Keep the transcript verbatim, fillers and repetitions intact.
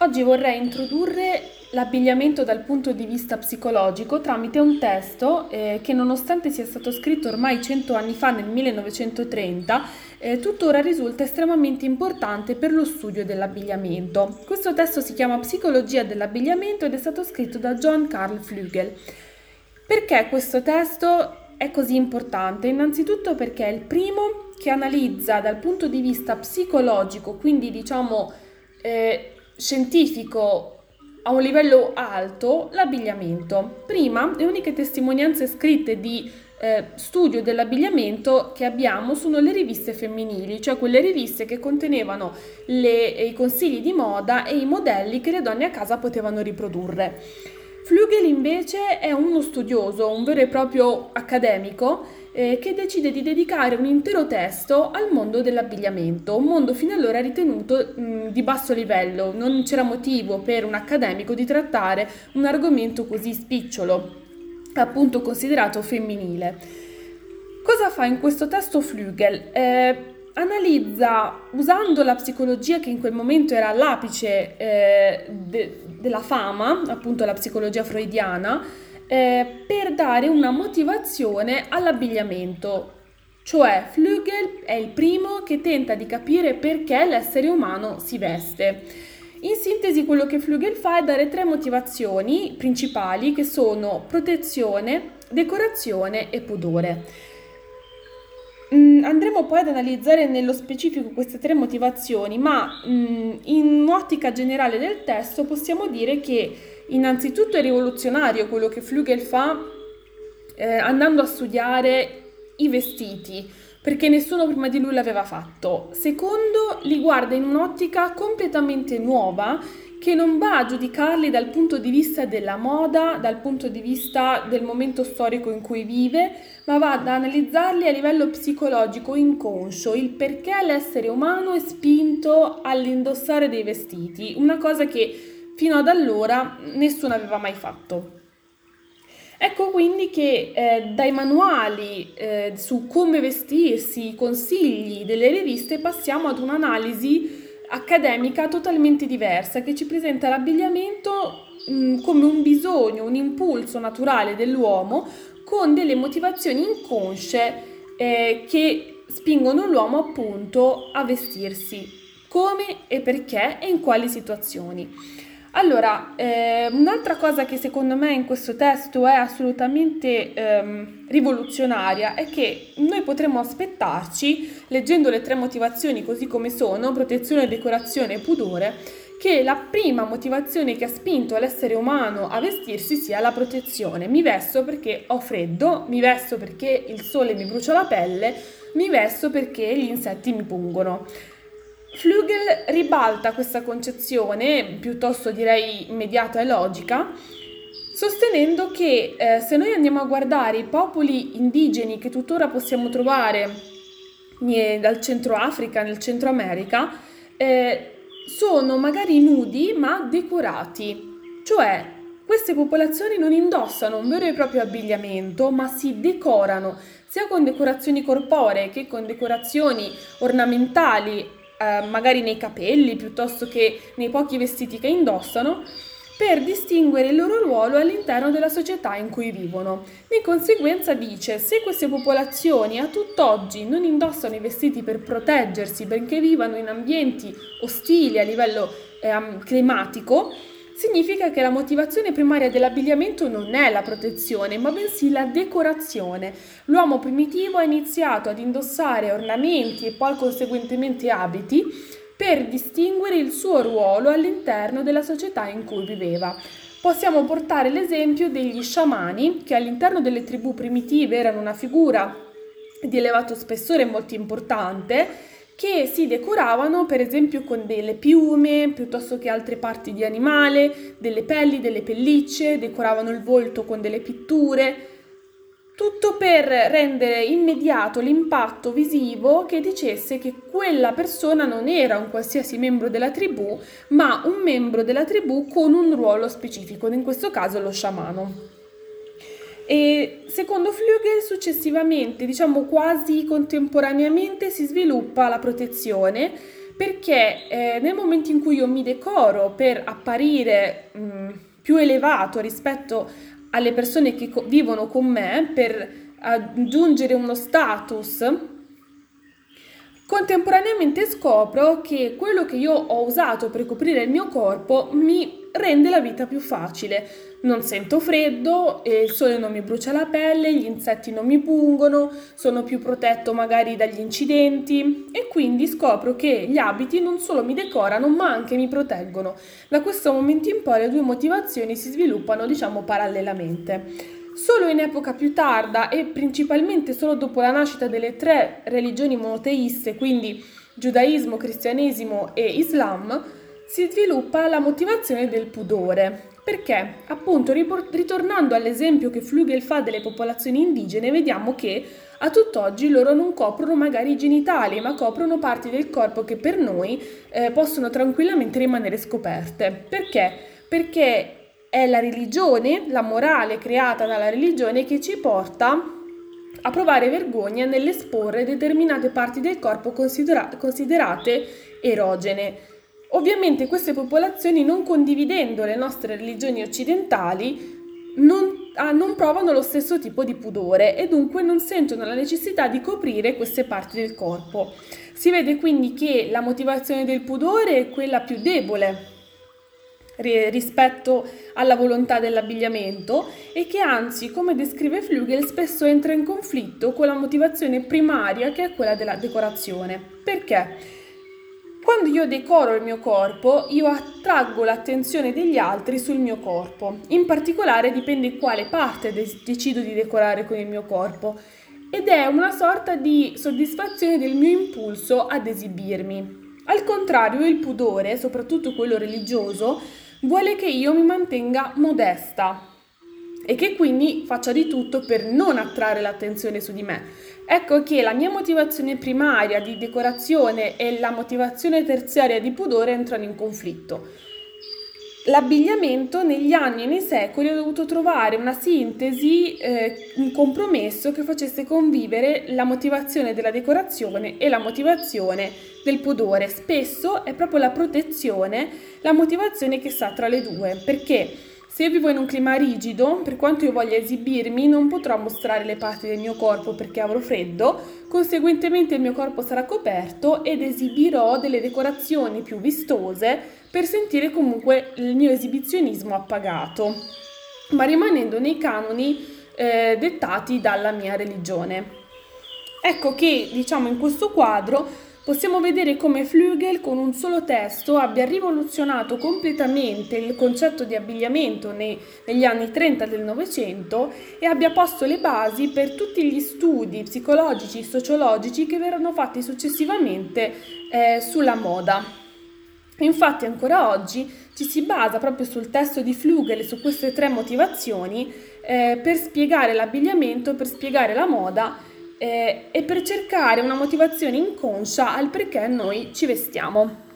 Oggi vorrei introdurre l'abbigliamento dal punto di vista psicologico tramite un testo eh, che, nonostante sia stato scritto ormai cento anni fa, nel millenovecentotrenta, eh, tuttora risulta estremamente importante per lo studio dell'abbigliamento. Questo testo si chiama Psicologia dell'abbigliamento ed è stato scritto da John Carl Flügel. Perché questo testo è così importante? Innanzitutto perché è il primo che analizza dal punto di vista psicologico, quindi diciamo eh, scientifico a un livello alto, l'abbigliamento. Prima, le uniche testimonianze scritte di eh, studio dell'abbigliamento che abbiamo sono le riviste femminili, cioè quelle riviste che contenevano le, i consigli di moda e i modelli che le donne a casa potevano riprodurre. Flügel invece è uno studioso, un vero e proprio accademico, eh, che decide di dedicare un intero testo al mondo dell'abbigliamento, un mondo fino allora ritenuto mh, di basso livello. Non c'era motivo per un accademico di trattare un argomento così spicciolo, appunto considerato femminile. Cosa fa in questo testo Flügel? Eh, analizza, usando la psicologia che in quel momento era all'apice eh, de- della fama, appunto la psicologia freudiana, eh, per dare una motivazione all'abbigliamento. Cioè Flügel è il primo che tenta di capire perché l'essere umano si veste. In sintesi, quello che Flügel fa è dare tre motivazioni principali che sono protezione, decorazione e pudore. Andremo poi ad analizzare nello specifico queste tre motivazioni, ma mh, in un'ottica generale del testo possiamo dire che innanzitutto è rivoluzionario quello che Flügel fa eh, andando a studiare i vestiti, perché nessuno prima di lui l'aveva fatto. Secondo, li guarda in un'ottica completamente nuova, che non va a giudicarli dal punto di vista della moda, dal punto di vista del momento storico in cui vive, ma va ad analizzarli a livello psicologico inconscio, il perché l'essere umano è spinto all'indossare dei vestiti, una cosa che fino ad allora nessuno aveva mai fatto. Ecco quindi che eh, dai manuali eh, su come vestirsi, i consigli delle riviste, passiamo ad un'analisi accademica totalmente diversa che ci presenta l'abbigliamento mh, come un bisogno, un impulso naturale dell'uomo con delle motivazioni inconsce eh, che spingono l'uomo appunto a vestirsi, come e perché e in quali situazioni. Allora, eh, un'altra cosa che secondo me in questo testo è assolutamente ehm, rivoluzionaria è che noi potremmo aspettarci, leggendo le tre motivazioni così come sono, protezione, decorazione e pudore, che la prima motivazione che ha spinto l'essere umano a vestirsi sia la protezione. Mi vesto perché ho freddo, mi vesto perché il sole mi brucia la pelle, mi vesto perché gli insetti mi pungono. Flügel ribalta questa concezione, piuttosto direi immediata e logica, sostenendo che eh, se noi andiamo a guardare i popoli indigeni che tuttora possiamo trovare eh, dal centro Africa, nel centro America, eh, sono magari nudi ma decorati, cioè queste popolazioni non indossano un vero e proprio abbigliamento, ma si decorano sia con decorazioni corporee che con decorazioni ornamentali, eh, magari nei capelli piuttosto che nei pochi vestiti che indossano, per distinguere il loro ruolo all'interno della società in cui vivono. Di conseguenza dice, se queste popolazioni a tutt'oggi non indossano i vestiti per proteggersi, benché vivano in ambienti ostili a livello eh, climatico, significa che la motivazione primaria dell'abbigliamento non è la protezione, ma bensì la decorazione. L'uomo primitivo ha iniziato ad indossare ornamenti e poi conseguentemente abiti per distinguere il suo ruolo all'interno della società in cui viveva. Possiamo portare l'esempio degli sciamani, che all'interno delle tribù primitive erano una figura di elevato spessore molto importante, che si decoravano per esempio con delle piume piuttosto che altre parti di animale, delle pelli, delle pellicce, decoravano il volto con delle pitture, tutto per rendere immediato l'impatto visivo che dicesse che quella persona non era un qualsiasi membro della tribù, ma un membro della tribù con un ruolo specifico, in questo caso lo sciamano. E secondo Flügel successivamente, diciamo quasi contemporaneamente, si sviluppa la protezione, perché eh, nel momento in cui io mi decoro per apparire mh, più elevato rispetto alle persone che co- vivono con me, per aggiungere uno status, contemporaneamente scopro che quello che io ho usato per coprire il mio corpo mi rende la vita più facile. Non sento freddo, eh, il sole non mi brucia la pelle, gli insetti non mi pungono, sono più protetto magari dagli incidenti e quindi scopro che gli abiti non solo mi decorano ma anche mi proteggono. Da questo momento in poi le due motivazioni si sviluppano, diciamo, parallelamente. Solo in epoca più tarda e principalmente solo dopo la nascita delle tre religioni monoteiste, quindi giudaismo, cristianesimo e islam, si sviluppa la motivazione del pudore. Perché, appunto, ritornando all'esempio che Flügel fa delle popolazioni indigene, vediamo che a tutt'oggi loro non coprono magari i genitali, ma coprono parti del corpo che per noi eh, possono tranquillamente rimanere scoperte. Perché? Perché è la religione, la morale creata dalla religione che ci porta a provare vergogna nell'esporre determinate parti del corpo considera- considerate erogene. Ovviamente queste popolazioni, non condividendo le nostre religioni occidentali, non, ah, non provano lo stesso tipo di pudore e dunque non sentono la necessità di coprire queste parti del corpo. Si vede quindi che la motivazione del pudore è quella più debole rispetto alla volontà dell'abbigliamento e che anzi, come descrive Flügel, spesso entra in conflitto con la motivazione primaria che è quella della decorazione. Perché? Quando io decoro il mio corpo, io attraggo l'attenzione degli altri sul mio corpo. In particolare dipende quale parte de- decido di decorare con il mio corpo ed è una sorta di soddisfazione del mio impulso ad esibirmi. Al contrario, il pudore, soprattutto quello religioso, vuole che io mi mantenga modesta e che quindi faccia di tutto per non attrarre l'attenzione su di me. Ecco che la mia motivazione primaria di decorazione e la motivazione terziaria di pudore entrano in conflitto. L'abbigliamento negli anni e nei secoli ha dovuto trovare una sintesi, eh, un compromesso che facesse convivere la motivazione della decorazione e la motivazione del pudore. Spesso è proprio la protezione la motivazione che sta tra le due, perché se io vivo in un clima rigido, per quanto io voglia esibirmi, non potrò mostrare le parti del mio corpo perché avrò freddo, conseguentemente il mio corpo sarà coperto ed esibirò delle decorazioni più vistose per sentire comunque il mio esibizionismo appagato, ma rimanendo nei canoni eh, dettati dalla mia religione. Ecco che, diciamo, in questo quadro possiamo vedere come Flügel con un solo testo abbia rivoluzionato completamente il concetto di abbigliamento nei, negli anni trenta del Novecento e abbia posto le basi per tutti gli studi psicologici e sociologici che verranno fatti successivamente eh, sulla moda. Infatti ancora oggi ci si basa proprio sul testo di Flügel e su queste tre motivazioni eh, per spiegare l'abbigliamento, per spiegare la moda eh, e per cercare una motivazione inconscia al perché noi ci vestiamo.